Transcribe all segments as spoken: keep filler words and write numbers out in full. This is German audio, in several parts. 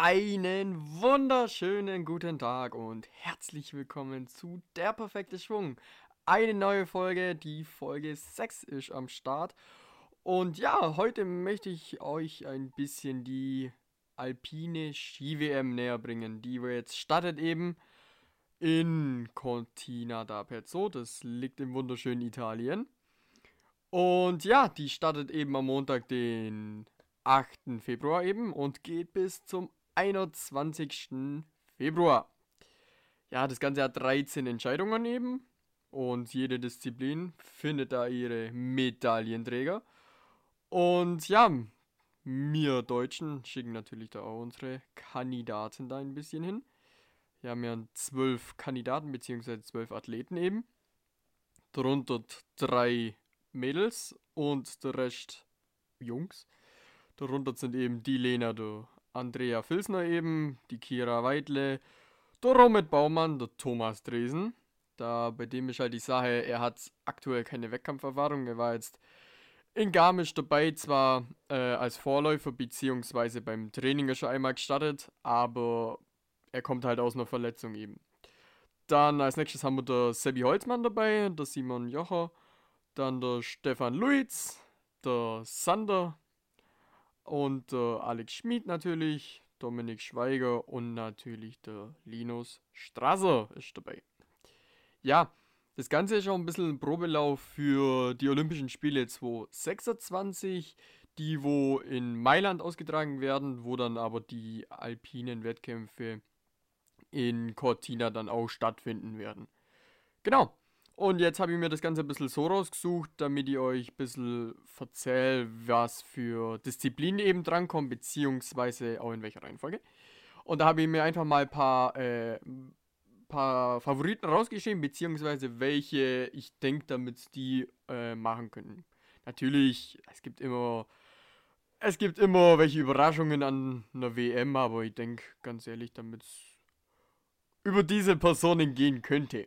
Einen wunderschönen guten Tag und herzlich willkommen zu Der perfekte Schwung. Eine neue Folge, die Folge sechs ist am Start. Und ja, heute möchte ich euch ein bisschen die alpine Ski-W M näher bringen, die wir jetzt startet eben in Cortina d'Ampezzo. Das liegt im wunderschönen Italien. Und ja, die startet eben am Montag, den achten Februar eben und geht bis zum einundzwanzigsten Februar. Ja, das Ganze hat dreizehn Entscheidungen eben und jede Disziplin findet da ihre Medaillenträger. Und ja, wir Deutschen schicken natürlich da auch unsere Kandidaten da ein bisschen hin. Wir haben ja zwölf Kandidaten bzw. zwölf Athleten eben. Darunter drei Mädels und der Rest Jungs. Darunter sind eben die Lena, der Andrea Filsner eben, die Kira Weidle, der Romit Baumann, der Thomas Dresen. Da bei dem ist halt die Sache, er hat aktuell keine Wettkampferfahrung. Er war jetzt in Garmisch dabei, zwar äh, als Vorläufer, beziehungsweise beim Training ist er einmal gestartet, aber er kommt halt aus einer Verletzung eben. Dann als nächstes haben wir der Sebi Holzmann dabei, der Simon Jocher, dann der Stefan Luiz, der Sander und der Alex Schmid natürlich, Dominik Schweiger und natürlich der Linus Strasser ist dabei. Ja, das Ganze ist auch ein bisschen ein Probelauf für die Olympischen Spiele zweitausendsechsundzwanzig, die wo in Mailand ausgetragen werden, wo dann aber die alpinen Wettkämpfe in Cortina dann auch stattfinden werden. Genau. Und jetzt habe ich mir das Ganze ein bisschen so rausgesucht, damit ich euch ein bisschen erzähle, was für Disziplinen eben drankommen, beziehungsweise auch in welcher Reihenfolge. Und da habe ich mir einfach mal ein paar, äh, paar Favoriten rausgeschrieben, beziehungsweise welche ich denke, damit die äh, machen können. Natürlich, es gibt immer, es gibt immer welche Überraschungen an einer W M, aber ich denke, ganz ehrlich, damit es über diese Personen gehen könnte.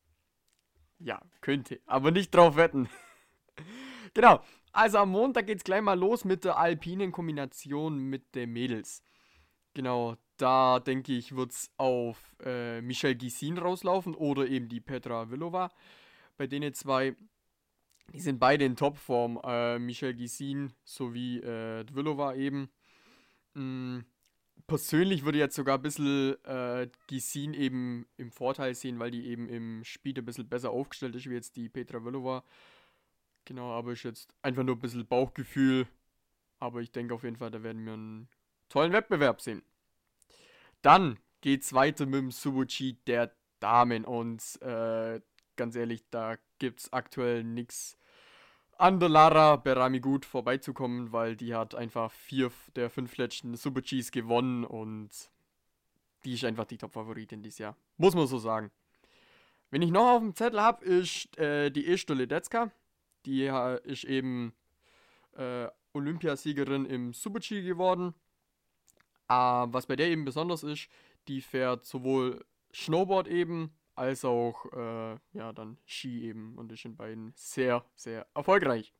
Ja, könnte, aber nicht drauf wetten. Genau, also am Montag geht's gleich mal los mit der alpinen Kombination mit den Mädels. Genau, da denke ich, wird's auf äh, Michelle Gisin rauslaufen oder eben die Petra Vlhova. Bei denen zwei, die sind beide in Topform. Äh, Michelle Gisin sowie äh, Vlhova eben. Mm, persönlich würde ich jetzt sogar ein bisschen äh, Gisin eben im Vorteil sehen, weil die eben im Speed ein bisschen besser aufgestellt ist wie jetzt die Petra Vlhova. Genau, aber ist jetzt einfach nur ein bisschen Bauchgefühl. Aber ich denke auf jeden Fall, da werden wir einen tollen Wettbewerb sehen. Dann geht's weiter mit dem Suzuki der Damen. Und äh, ganz ehrlich, da gibt's aktuell nichts an der Lara Berami gut vorbeizukommen, weil die hat einfach vier der fünf letzten Super-Gs gewonnen und die ist einfach die Top-Favoritin dieses Jahr. Muss man so sagen. Wenn ich noch auf dem Zettel habe, ist äh, die Esther Ledetzka. Die äh, ist eben äh, Olympiasiegerin im Super-G geworden. Äh, was bei der eben besonders ist, die fährt sowohl Snowboard eben, als auch äh, ja, dann Ski eben und ist in beiden sehr, sehr erfolgreich.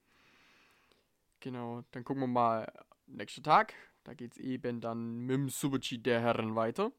Genau, dann gucken wir mal nächsten Tag. Da geht es eben dann mit dem Super-G der Herren weiter.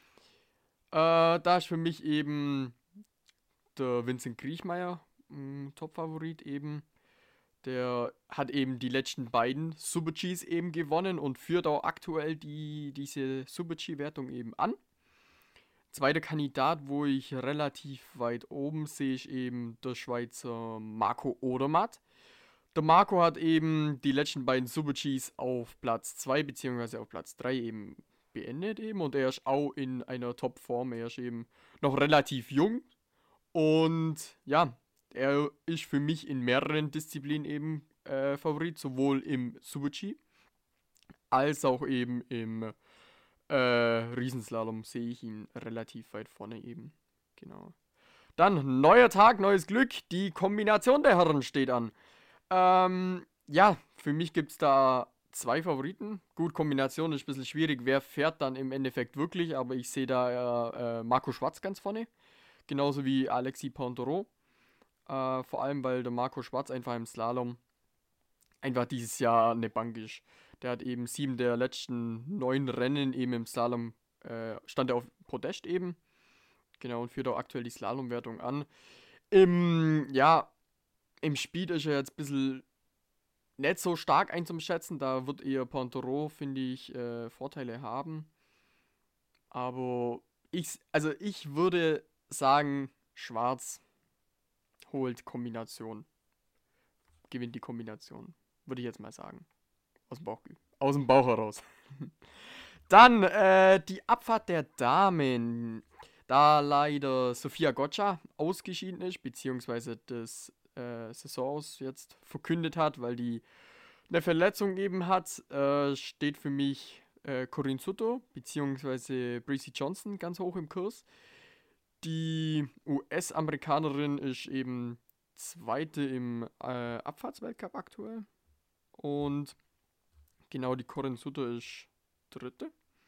Äh, da ist für mich eben der Vincent Kriechmeier ein Top-Favorit eben. Der hat eben die letzten beiden Super-Gs eben gewonnen und führt auch aktuell die, diese Super-G-Wertung eben an. Zweiter Kandidat, wo ich relativ weit oben sehe, ist eben der Schweizer Marco Odermatt. Der Marco hat eben die letzten beiden Super-Gs auf Platz zwei bzw. auf Platz drei eben beendet eben und er ist auch in einer Top-Form. Er ist eben noch relativ jung und ja, er ist für mich in mehreren Disziplinen eben äh, Favorit, sowohl im Super-G als auch eben im äh, Riesenslalom sehe ich ihn relativ weit vorne eben. Genau. Dann neuer Tag, neues Glück. Die Kombination der Herren steht an. Ähm, ja, für mich gibt es da zwei Favoriten. Gut, Kombination ist ein bisschen schwierig. Wer fährt dann im Endeffekt wirklich? Aber ich sehe da äh, äh, Marco Schwarz ganz vorne. Genauso wie Alexis Pontero. Äh, vor allem, weil der Marco Schwarz einfach im Slalom einfach dieses Jahr eine Bank ist. Der hat eben sieben der letzten neun Rennen eben im Slalom, äh, stand er auf Podest eben. Genau, und führt auch aktuell die Slalomwertung an. Im, ja, im Speed ist er jetzt ein bisschen nicht so stark einzuschätzen. Da wird eher Pontoro, finde ich, äh, Vorteile haben. Aber ich, also ich würde sagen, Schwarz holt Kombination. Gewinnt die Kombination. Würde ich jetzt mal sagen. Aus dem Bauch, aus dem Bauch heraus. Dann äh, die Abfahrt der Damen. Da leider Sofia Gotcha ausgeschieden ist, beziehungsweise das äh, Saisons jetzt verkündet hat, weil die eine Verletzung eben hat, äh, steht für mich äh, Corinne Sutter, beziehungsweise Breezy Johnson ganz hoch im Kurs. Die U S-Amerikanerin ist eben Zweite im äh, Abfahrtsweltcup aktuell. Und genau, die Corinne Sutter ist Dritte.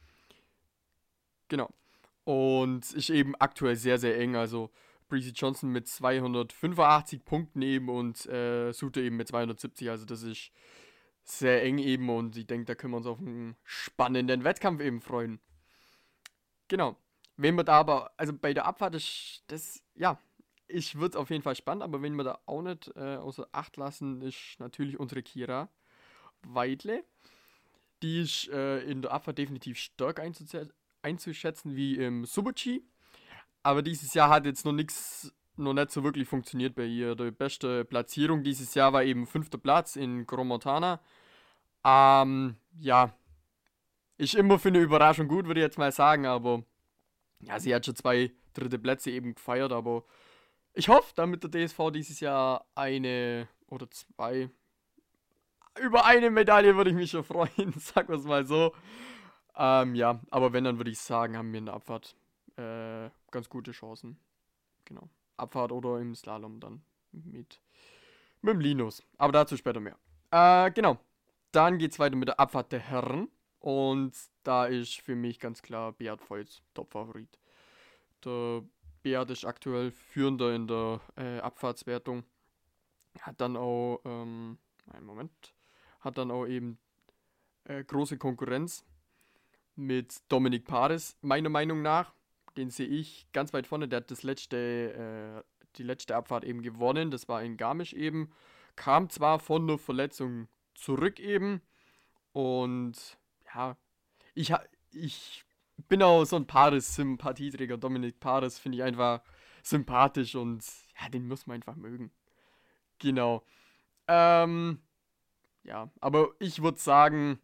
Genau. Und ist eben aktuell sehr, sehr eng. Also Breezy Johnson mit zweihundertfünfundachtzig Punkten eben und äh, Suter eben mit zweihundertsiebzig. Also das ist sehr eng eben und ich denke, da können wir uns auf einen spannenden Wettkampf eben freuen. Genau. Wenn wir da aber, also bei der Abfahrt ist das, ja, ich würde es auf jeden Fall spannend, aber wenn wir da auch nicht äh, außer Acht lassen, ist natürlich unsere Kira Weidle. Die ist äh, in der Abfahrt definitiv stärker einzuze- einzuschätzen wie im Super-G. Aber dieses Jahr hat jetzt noch nichts, noch nicht so wirklich funktioniert bei ihr. Die beste Platzierung dieses Jahr war eben fünfter Platz in Gromontana. Ähm, ja, ist immer für eine Überraschung gut, würde ich jetzt mal sagen, aber ja, sie hat schon zwei dritte Plätze eben gefeiert, aber ich hoffe, damit der D S V dieses Jahr eine oder zwei, über eine Medaille würde ich mich schon freuen, sagen wir es mal so. Ähm, ja, aber wenn, dann würde ich sagen, haben wir in der Abfahrt äh, ganz gute Chancen. Genau. Abfahrt oder im Slalom dann mit, mit dem Linus. Aber dazu später mehr. Äh, genau. Dann geht es weiter mit der Abfahrt der Herren. Und da ist für mich ganz klar Beat Feuz Top-Favorit. Der Beat ist aktuell führender in der äh, Abfahrtswertung. Hat dann auch, ähm, einen Moment, hat dann auch eben äh, große Konkurrenz mit Dominik Paris, meiner Meinung nach. Den sehe ich ganz weit vorne. Der hat das letzte, äh, die letzte Abfahrt eben gewonnen. Das war in Garmisch eben. Kam zwar von der Verletzung zurück eben. Und ja, ich, ha- ich bin auch so ein Paris-Sympathieträger. Dominik Paris finde ich einfach sympathisch und ja, den muss man einfach mögen. Genau. Ähm, ja, aber ich würde sagen,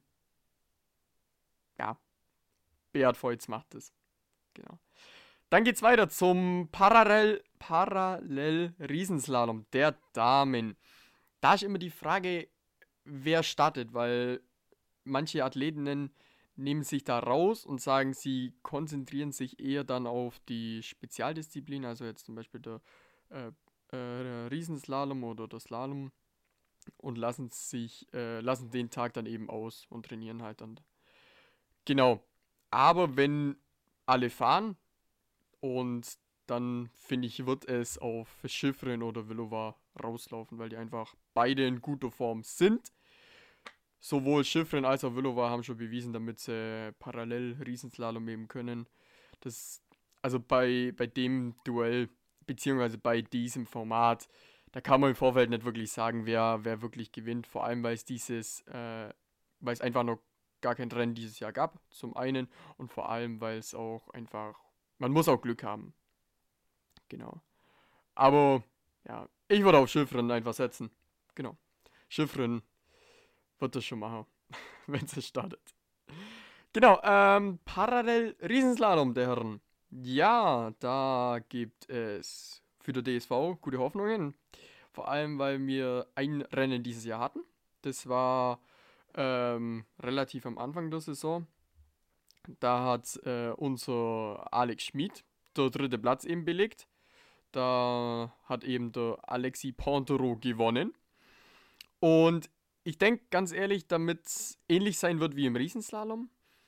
ja, Beat Feuz macht es. Genau. Dann geht's weiter zum Parallel, Parallel Riesenslalom der Damen. Da ist immer die Frage, wer startet, weil manche Athletinnen nehmen sich da raus und sagen, sie konzentrieren sich eher dann auf die Spezialdisziplin, also jetzt zum Beispiel der äh, äh, Riesenslalom oder der Slalom und lassen sich, äh, lassen den Tag dann eben aus und trainieren halt dann. Genau. Aber wenn alle fahren und dann finde ich, wird es auf Schifrin oder Villova rauslaufen, weil die einfach beide in guter Form sind. Sowohl Schifrin als auch Villova haben schon bewiesen, damit sie parallel Riesenslalom nehmen können. Das, also bei, bei dem Duell, beziehungsweise bei diesem Format, da kann man im Vorfeld nicht wirklich sagen, wer, wer wirklich gewinnt. Vor allem, weil es dieses, äh, weil es einfach noch gar kein Rennen dieses Jahr gab, zum einen. Und vor allem, weil es auch einfach, man muss auch Glück haben. Genau. Aber, ja, ich würde auf Schifrin einfach setzen. Genau. Schifrin wird das schon machen, wenn sie startet. Genau, ähm, parallel Riesenslalom der Herren. Ja, da gibt es für den D S V gute Hoffnungen. Vor allem, weil wir ein Rennen dieses Jahr hatten. Das war ähm, relativ am Anfang der Saison. Da hat äh, unser Alex Schmid der dritte Platz eben belegt. Da hat eben der Alexis Pontero gewonnen. Und ich denke ganz ehrlich, damit es ähnlich sein wird wie im Riesenslalom.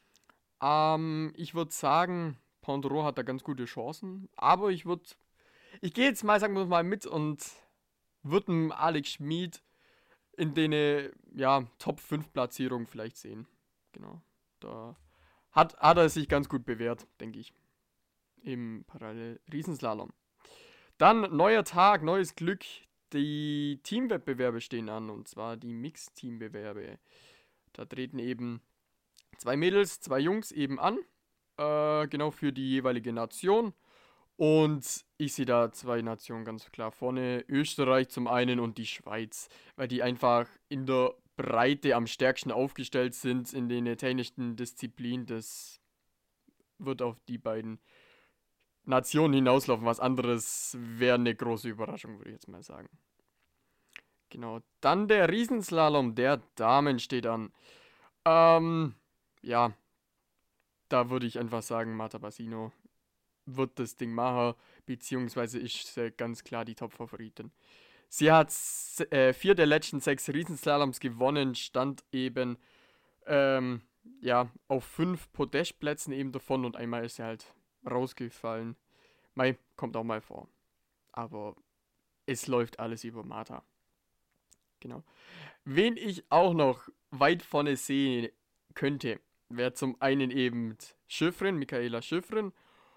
Ähm, ich würde sagen, Pontero hat da ganz gute Chancen. Aber ich würde, ich gehe jetzt mal, sagen wir mal, mit und würde dem Alex Schmid in den, ja, Top fünf Platzierungen vielleicht sehen. Genau. Da hat, hat er sich ganz gut bewährt, denke ich. Im Parallel-Riesenslalom. Dann neuer Tag, neues Glück. Die Teamwettbewerbe stehen an, und zwar die Mix-Teambewerbe. Da treten eben zwei Mädels, zwei Jungs eben an, äh, genau für die jeweilige Nation. Und ich sehe da zwei Nationen ganz klar vorne. Österreich zum einen und die Schweiz, weil die einfach in der Breite am stärksten aufgestellt sind in den technischen Disziplinen. Das wird auf die beiden Nationen hinauslaufen. Was anderes wäre eine große Überraschung, würde ich jetzt mal sagen. Genau. Dann der Riesenslalom der Damen steht an. Ähm, ja, da würde ich einfach sagen, Marta Bassino wird das Ding machen, beziehungsweise ist sie ganz klar die Top-Favoritin. Sie hat äh, vier der letzten sechs Riesenslaloms gewonnen, stand eben ähm, ja, auf fünf Podestplätzen eben davon, und einmal ist sie halt rausgefallen. Mei, kommt auch mal vor. Aber es läuft alles über Marta. Genau. Wen ich auch noch weit vorne sehen könnte, wäre zum einen eben Shiffrin, Michaela Shiffrin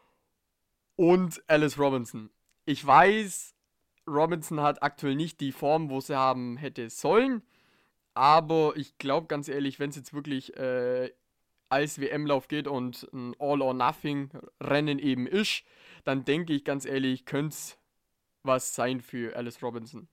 und Alice Robinson. Ich weiß, Robinson hat aktuell nicht die Form, wo sie haben hätte sollen, aber ich glaube ganz ehrlich, wenn es jetzt wirklich äh, als W M-Lauf geht und ein All-or-Nothing-Rennen eben ist, dann denke ich ganz ehrlich, könnte es was sein für Alice Robinson.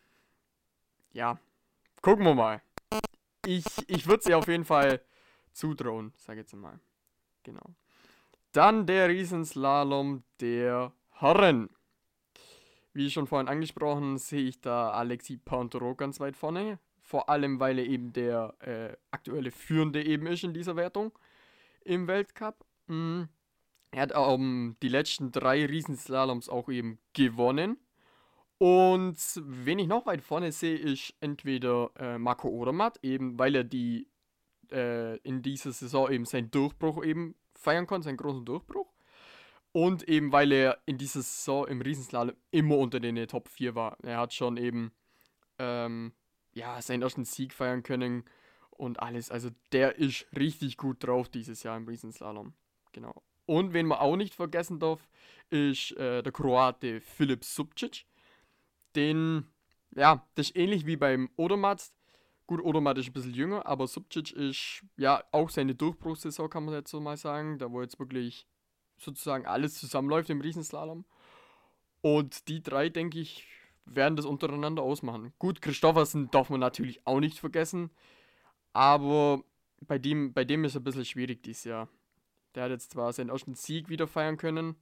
Ja, gucken wir mal. Ich, ich würde sie auf jeden Fall zutrauen, sage ich jetzt mal. Genau. Dann der Riesenslalom der Herren. Wie schon vorhin angesprochen, sehe ich da Alexis Pointerot ganz weit vorne. Vor allem, weil er eben der äh, aktuelle Führende eben ist in dieser Wertung im Weltcup. Mhm. Er hat ähm, die letzten drei Riesenslaloms auch eben gewonnen. Und wen ich noch weit vorne sehe, ist entweder äh, Marco Odermatt, eben weil er die äh, in dieser Saison eben seinen Durchbruch eben feiern konnte, seinen großen Durchbruch. Und eben weil er in dieser Saison im Riesenslalom immer unter den Top vier war. Er hat schon eben ähm, ja, seinen ersten Sieg feiern können und alles. Also der ist richtig gut drauf dieses Jahr im Riesenslalom. Genau. Und wen man auch nicht vergessen darf, ist äh, der Kroate Filip Subcic. Den, ja, das ist ähnlich wie beim Odermatt. Gut, Odermatt ist ein bisschen jünger, aber Subcic ist ja auch seine Durchbruchssaison, kann man jetzt so mal sagen. Da wo jetzt wirklich sozusagen alles zusammenläuft im Riesenslalom. Und die drei, denke ich, werden das untereinander ausmachen. Gut, Christoffersen darf man natürlich auch nicht vergessen, aber bei dem, bei dem ist es ein bisschen schwierig dieses Jahr. Der hat jetzt zwar seinen ersten Sieg wieder feiern können,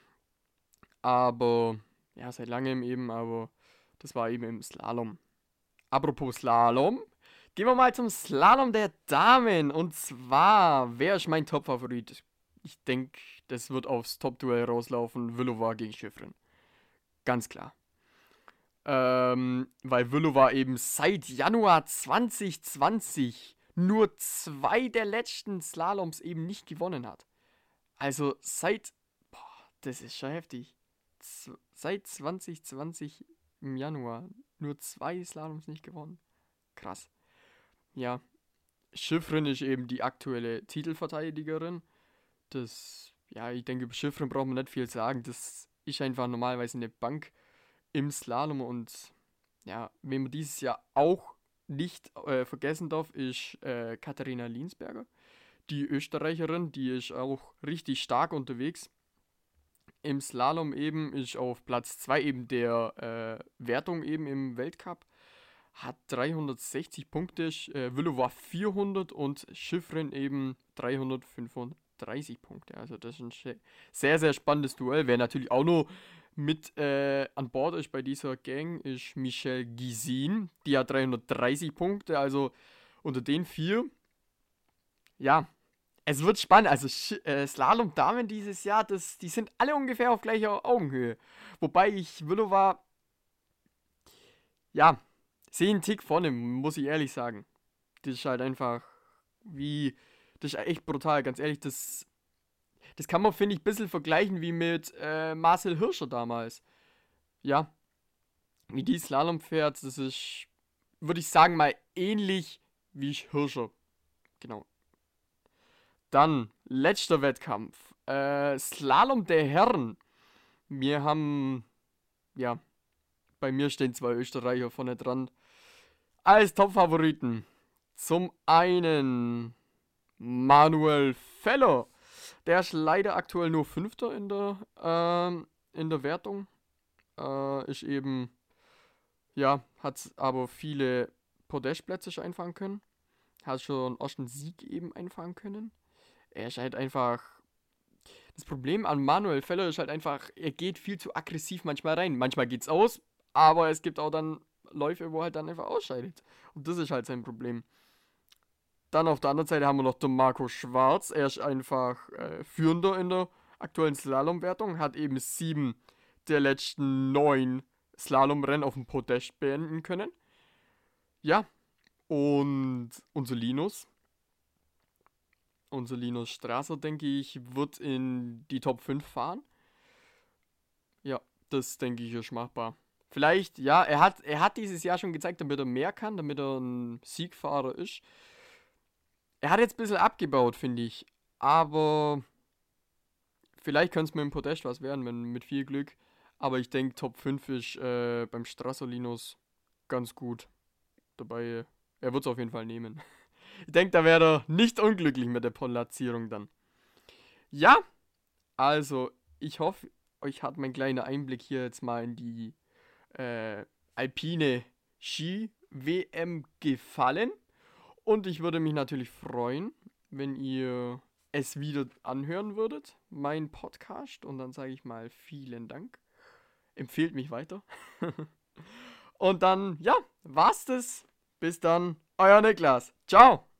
aber, ja, seit langem eben, aber das war eben im Slalom. Apropos Slalom, gehen wir mal zum Slalom der Damen. Und zwar, wer ist mein Top-Favorit? Ich denke, das wird aufs Top-Duell rauslaufen, Vlhova gegen Shiffrin. Ganz klar. Ähm, weil Vlhova eben seit Januar zwanzig zwanzig nur zwei der letzten Slaloms eben nicht gewonnen hat. Also seit, boah, das ist schon heftig. Z- seit zwanzig zwanzig im Januar nur zwei Slaloms nicht gewonnen. Krass. Ja, Shiffrin ist eben die aktuelle Titelverteidigerin. Das, ja, ich denke, über Shiffrin braucht man nicht viel sagen. Das ist einfach normalerweise eine Bank im Slalom, und ja, wen man dieses Jahr auch nicht äh, vergessen darf, ist äh, Katharina Liensberger. Die Österreicherin, die ist auch richtig stark unterwegs. Im Slalom eben ist auf Platz zwei eben der äh, Wertung eben im Weltcup. Hat dreihundertsechzig Punkte, äh, Vlhova vierhundert und Shiffrin eben dreihundertfünfunddreißig Punkte. Also das ist ein sehr, sehr spannendes Duell. Wer natürlich auch noch mit äh, an Bord ist bei dieser Gang, ist Michelle Gisin. Die hat dreihundertdreißig Punkte, also unter den vier. Ja, es wird spannend. Also Sch- äh, Slalom-Damen dieses Jahr, das, die sind alle ungefähr auf gleicher Augenhöhe. Wobei ich Vlhova, ja, sehe einen Tick vorne, muss ich ehrlich sagen. Das ist halt einfach wie, das ist echt brutal, ganz ehrlich. Das, das kann man, finde ich, ein bisschen vergleichen wie mit äh, Marcel Hirscher damals. Ja, wie die Slalom fährt, das ist würde ich sagen, mal ähnlich wie Hirscher. Genau. Dann, letzter Wettkampf. Äh, Slalom der Herren. Wir haben, ja, bei mir stehen zwei Österreicher vorne dran. Als Top-Favoriten. Zum einen Manuel Feller. Der ist leider aktuell nur Fünfter in der, ähm, in der Wertung. Äh, ist eben, ja, hat aber viele Podestplätze schon einfahren können. Hat schon einen ersten Sieg eben einfahren können. Er ist halt einfach. Das Problem an Manuel Feller ist halt einfach, er geht viel zu aggressiv manchmal rein. Manchmal geht's aus, aber es gibt auch dann Läufe, wo er halt dann einfach ausscheidet. Und das ist halt sein Problem. Dann auf der anderen Seite haben wir noch den Marco Schwarz. Er ist einfach äh, Führender in der aktuellen Slalomwertung. Hat eben sieben der letzten neun Slalomrennen auf dem Podest beenden können. Ja, und unser Linus. Unser Linus Strasser, denke ich, wird in die Top fünf fahren. Ja, das denke ich ist machbar. Vielleicht, ja, er hat, er hat dieses Jahr schon gezeigt, damit er mehr kann, damit er ein Siegfahrer ist. Er hat jetzt ein bisschen abgebaut, finde ich. Aber vielleicht könnte es mit dem Podest was werden, wenn, mit viel Glück. Aber ich denke, Top fünf ist äh, beim Strasser Linus ganz gut dabei. Er wird es auf jeden Fall nehmen. Ich denke, da wäre er nicht unglücklich mit der Platzierung dann. Ja, also ich hoffe, euch hat mein kleiner Einblick hier jetzt mal in die äh, alpine Ski-W M gefallen. Und ich würde mich natürlich freuen, wenn ihr es wieder anhören würdet, mein Podcast. Und dann sage ich mal vielen Dank. Empfehlt mich weiter. Und dann, ja, war's das. Bis dann, euer Niklas. Ciao.